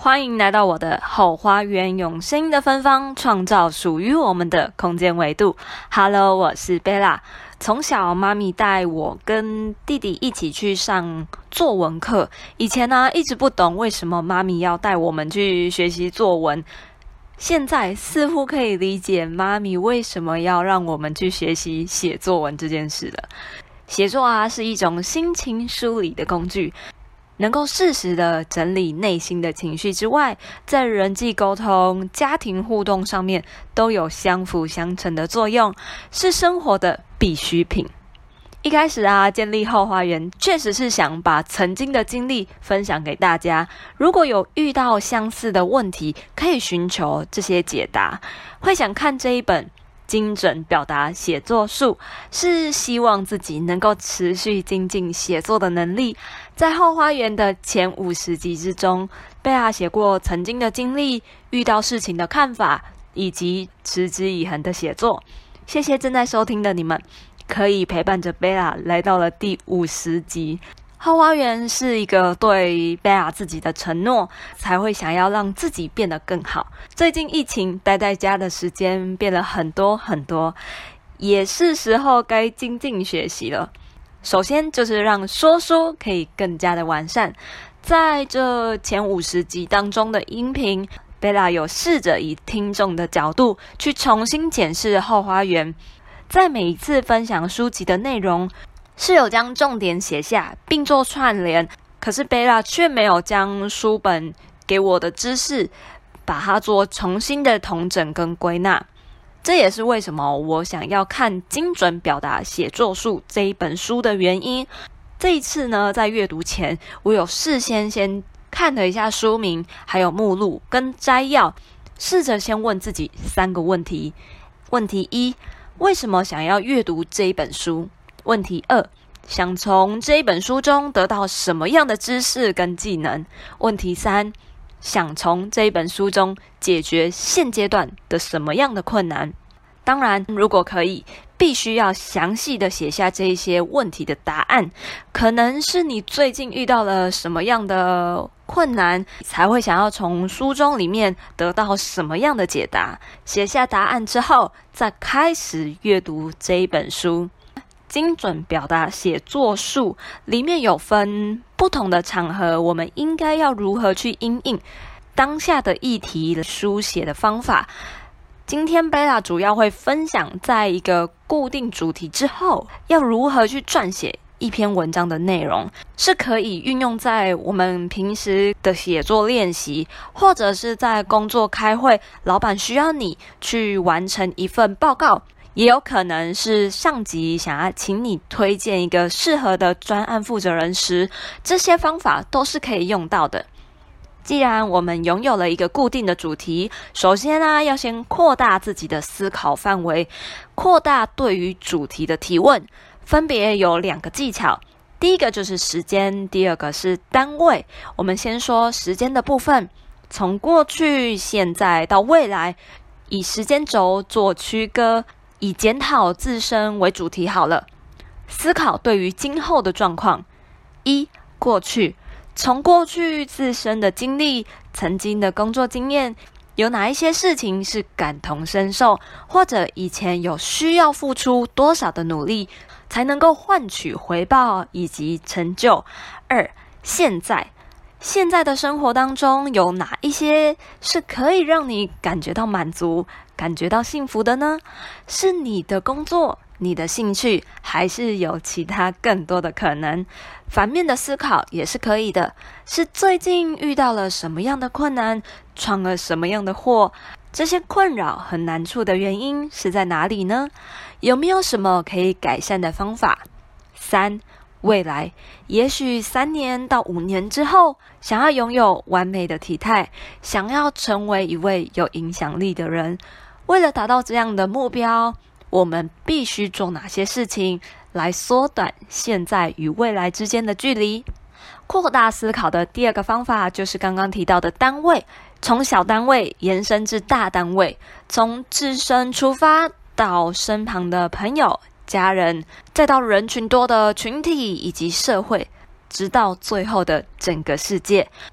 欢迎来到我的后花园，用声音的芬芳创造属于我们的空间维度。Hello， 我是贝拉。从小妈咪带我跟弟弟一起去上作文课，以前呢一直不懂为什么妈咪要带我们去学习作文，现在似乎可以理解妈咪为什么要让我们去学习写作文这件事了。写作是一种心情梳理的工具，能够适时的整理内心的情绪之外，在人际沟通、家庭互动上面都有相辅相成的作用，是生活的必需品。一开始建立后花园确实是想把曾经的经历分享给大家，如果有遇到相似的问题，可以寻求这些解答。会想看这一本精准表达写作术，是希望自己能够持续精进写作的能力。在后花园的前50集之中，贝拉写过曾经的经历、遇到事情的看法，以及持之以恒的写作。谢谢正在收听的你们，可以陪伴着贝拉来到了第50集。后花园是一个对贝拉自己的承诺，才会想要让自己变得更好。最近疫情待在家的时间变了很多，也是时候该精进学习了。首先就是让说书可以更加的完善。在这前50集当中的音频，贝拉有试着以听众的角度去重新检视后花园，在每一次分享书籍的内容是有将重点写下并做串联，可是贝拉却没有将书本给我的知识把它做重新的统整跟归纳。这也是为什么我想要看精准表达写作术这一本书的原因。这一次呢，在阅读前我有事先看了一下书名还有目录跟摘要，试着先问自己3个问题。问题1，为什么想要阅读这一本书？问题2，想从这一本书中得到什么样的知识跟技能？问题3，想从这一本书中解决现阶段的什么样的困难？当然，如果可以，必须要详细的写下这一些问题的答案。可能是你最近遇到了什么样的困难，才会想要从书中里面得到什么样的解答。写下答案之后，再开始阅读这一本书。精准表达写作术里面有分不同的场合，我们应该要如何去因应当下的议题的书写的方法。今天贝拉主要会分享在一个固定主题之后，要如何去撰写一篇文章的内容，是可以运用在我们平时的写作练习，或者是在工作开会，老板需要你去完成一份报告，也有可能是上级想要请你推荐一个适合的专案负责人时，这些方法都是可以用到的。既然我们拥有了一个固定的主题，首先要先扩大自己的思考范围，扩大对于主题的提问。分别有2个技巧，第一个就是时间，第二个是单位。我们先说时间的部分，从过去、现在到未来，以时间轴做区隔，以检讨自身为主题好了。思考对于今后的状况。1、过去，从过去自身的经历、曾经的工作经验，有哪一些事情是感同身受，或者以前有需要付出多少的努力，才能够换取回报以及成就。2、现在的生活当中有哪一些是可以让你感觉到满足、感觉到幸福的呢？是你的工作、你的兴趣，还是有其他更多的可能？反面的思考也是可以的，是最近遇到了什么样的困难，闯了什么样的祸，这些困扰和难处的原因是在哪里呢？有没有什么可以改善的方法？3、未来，也许3年到5年之后，想要拥有完美的体态，想要成为一位有影响力的人，为了达到这样的目标，我们必须做哪些事情来缩短现在与未来之间的距离？扩大思考的第2个方法就是刚刚提到的单位，从小单位延伸至大单位，从自身出发到身旁的朋友、家人，再到人群多的群体以及社会，直到最后的整个世界。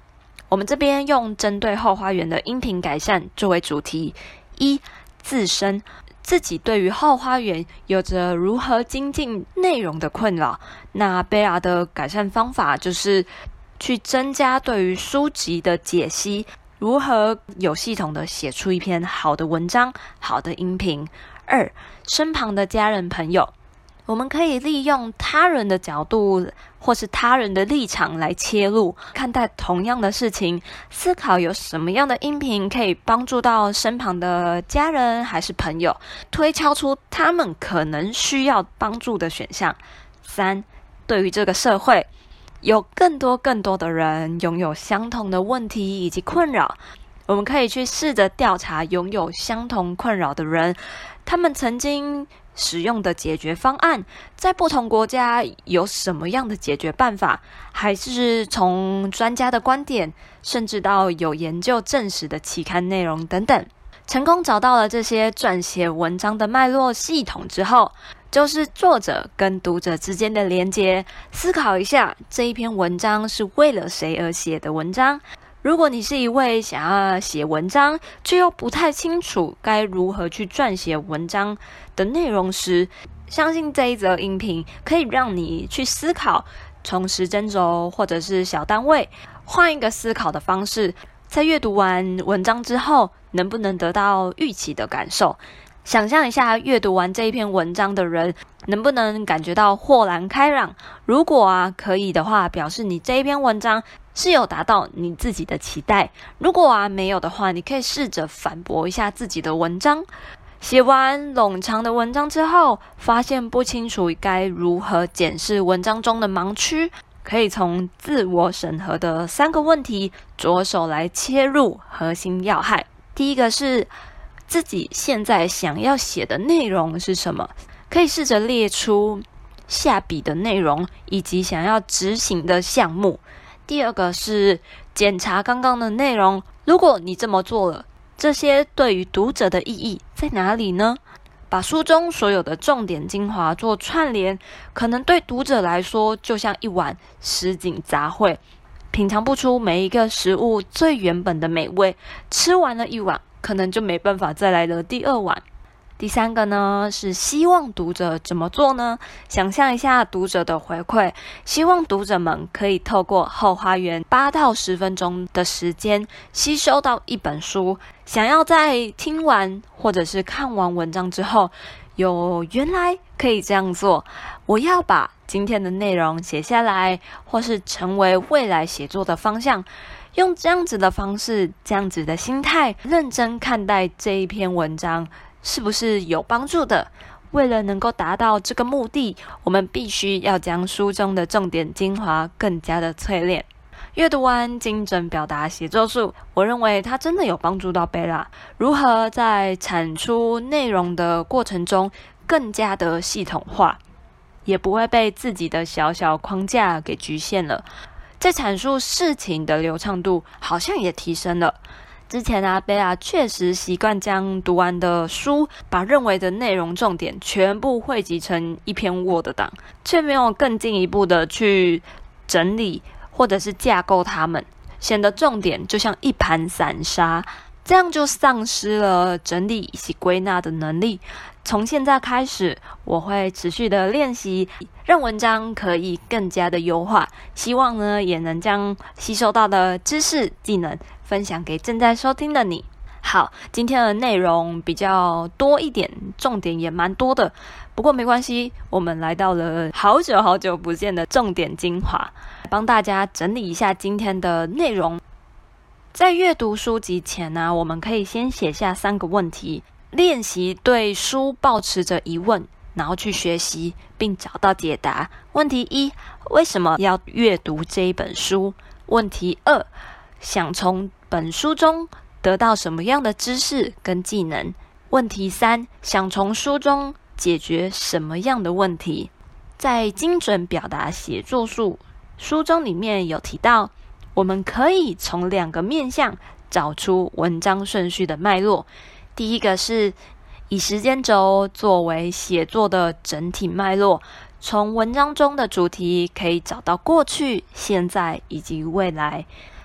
我们这边用针对后花园的音频改善作为主题。一、自身，自己对于后花园有着如何精进内容的困扰。那贝拉的改善方法就是去增加对于书籍的解析，如何有系统的写出一篇好的文章、好的音频。二、身旁的家人朋友，我们可以利用他人的角度或是他人的立场来切入，看待同样的事情，思考有什么样的音频可以帮助到身旁的家人还是朋友，推敲出他们可能需要帮助的选项。三、对于这个社会，有更多的人拥有相同的问题以及困扰，我们可以去试着调查拥有相同困扰的人，他们曾经使用的解决方案，在不同国家有什么样的解决办法，还是从专家的观点，甚至到有研究证实的期刊内容等等。成功找到了这些撰写文章的脉络系统之后，就是作者跟读者之间的连结，思考一下这一篇文章是为了谁而写的文章。如果你是一位想要写文章，却又不太清楚该如何去撰写文章的内容时，相信这一则音频可以让你去思考，从时针轴或者是小单位，换一个思考的方式，在阅读完文章之后，能不能得到预期的感受？想象一下，阅读完这一篇文章的人，能不能感觉到豁然开朗？如果可以的话，表示你这一篇文章是有达到你自己的期待。如果没有的话，你可以试着反驳一下自己的文章。写完冗长的文章之后，发现不清楚该如何检视文章中的盲区，可以从自我审核的3个问题着手来切入核心要害。第一个是自己现在想要写的内容是什么，可以试着列出下笔的内容以及想要执行的项目。第二个是检查刚刚的内容，如果你这么做了，这些对于读者的意义在哪里呢？把书中所有的重点精华做串联，可能对读者来说就像一碗什锦杂烩，品尝不出每一个食物最原本的美味，吃完了一碗，可能就没办法再来了第2碗。第3个呢，是希望读者怎么做呢？想象一下读者的回馈，希望读者们可以透过后花园8到10分钟的时间吸收到一本书，想要在听完或者是看完文章之后，原来可以这样做，我要把今天的内容写下来，或是成为未来写作的方向。用这样子的方式，这样子的心态，认真看待这一篇文章是不是有帮助的。为了能够达到这个目的，我们必须要将书中的重点精华更加的淬炼。阅读完精准表达写作术，我认为它真的有帮助到贝拉，如何在产出内容的过程中更加的系统化，也不会被自己的小小框架给局限了。在阐述事情的流畅度好像也提升了。之前贝拉确实习惯将读完的书，把认为的内容重点全部汇集成一篇 Word 档，却没有更进一步的去整理或者是架构它们，显得重点就像一盘散沙，这样就丧失了整理以及归纳的能力。从现在开始，我会持续的练习，让文章可以更加的优化，希望呢也能将吸收到的知识技能分享给正在收听的你。好，今天的内容比较多一点，重点也蛮多的，不过没关系，我们来到了好久不见的重点精华，帮大家整理一下今天的内容。在阅读书籍前我们可以先写下3个问题，练习对书抱持着疑问，然后去学习并找到解答。问题1，为什么要阅读这一本书？问题2，想从本书中得到什么样的知识跟技能？问题3，想从书中解决什么样的问题？在精准表达写作术书中里面有提到，我们可以从2个面向找出文章顺序的脉络。第一个是以时间轴作为写作的整体脉络，从文章中的主题可以找到过去、现在以及未来。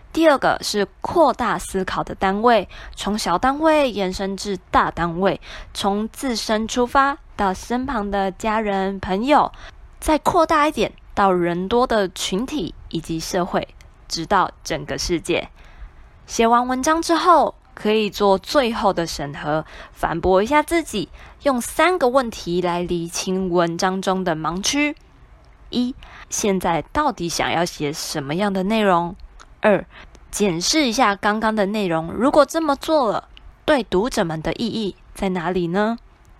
第二个是扩大思考的单位，从小单位延伸至大单位，从自身出发到身旁的家人朋友，再扩大一点到人多的群体以及社会，直到整个世界。写完文章之后，可以做最后的审核，反驳一下自己，用3个问题来厘清文章中的盲区。1. 现在到底想要写什么样的内容？2. 检视一下刚刚的内容，如果这么做了，对读者们的意义在哪里呢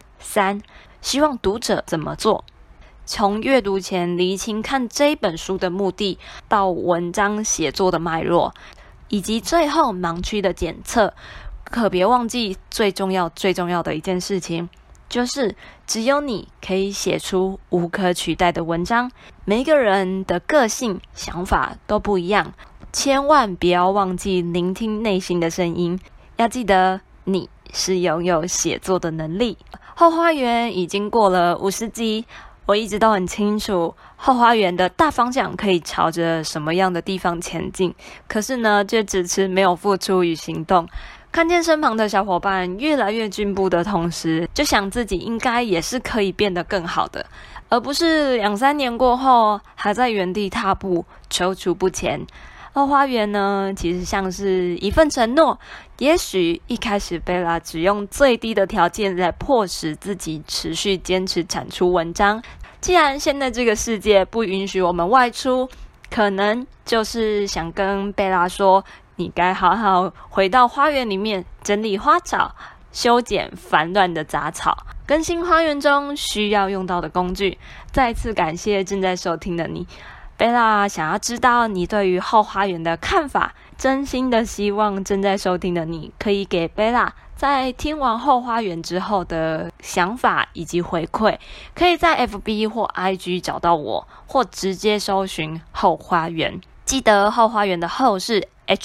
？3. 希望读者怎么做？从阅读前厘清看这本书的目的，到文章写作的脉络，以及最后盲区的检测。可别忘记最重要的一件事情，就是只有你可以写出无可取代的文章。每一个人的个性想法都不一样，千万不要忘记聆听内心的声音，要记得你是拥有写作的能力。后花园已经过了50集，我一直都很清楚后花园的大方向可以朝着什么样的地方前进，可是呢，却只是没有付出与行动。看见身旁的小伙伴越来越进步的同时，就想自己应该也是可以变得更好的，而不是2-3年过后还在原地踏步，踌躇不前。后花园呢，其实像是一份承诺，也许一开始贝拉只用最低的条件来迫使自己持续坚持产出文章。既然现在这个世界不允许我们外出，可能就是想跟贝拉说，你该好好回到花园里面整理花草，修剪烦乱的杂草，更新花园中需要用到的工具。再次感谢正在收听的你。贝拉想要知道你对于后花园的看法，真心的希望正在收听的你可以给贝拉在听完后花园之后的想法以及回馈，可以在 FB 或 IG 找到我，或直接搜寻后花园。记得后花园的后是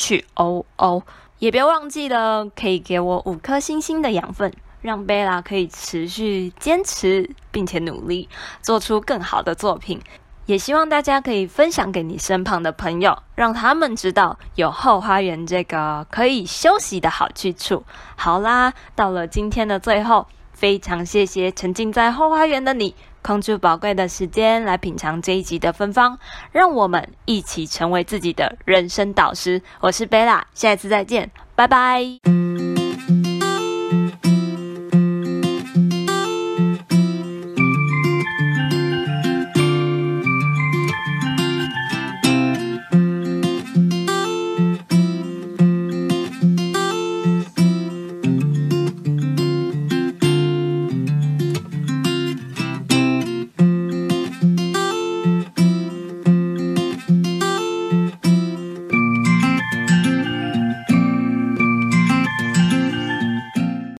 HOO， 也别忘记了可以给我5颗星星的养分，让贝拉可以持续坚持并且努力做出更好的作品。也希望大家可以分享给你身旁的朋友，让他们知道有后花园这个可以休息的好去处。好啦，到了今天的最后，非常谢谢沉浸在后花园的你，空出宝贵的时间来品尝这一集的芬芳，让我们一起成为自己的人生导师。我是贝拉，下一次再见，拜拜。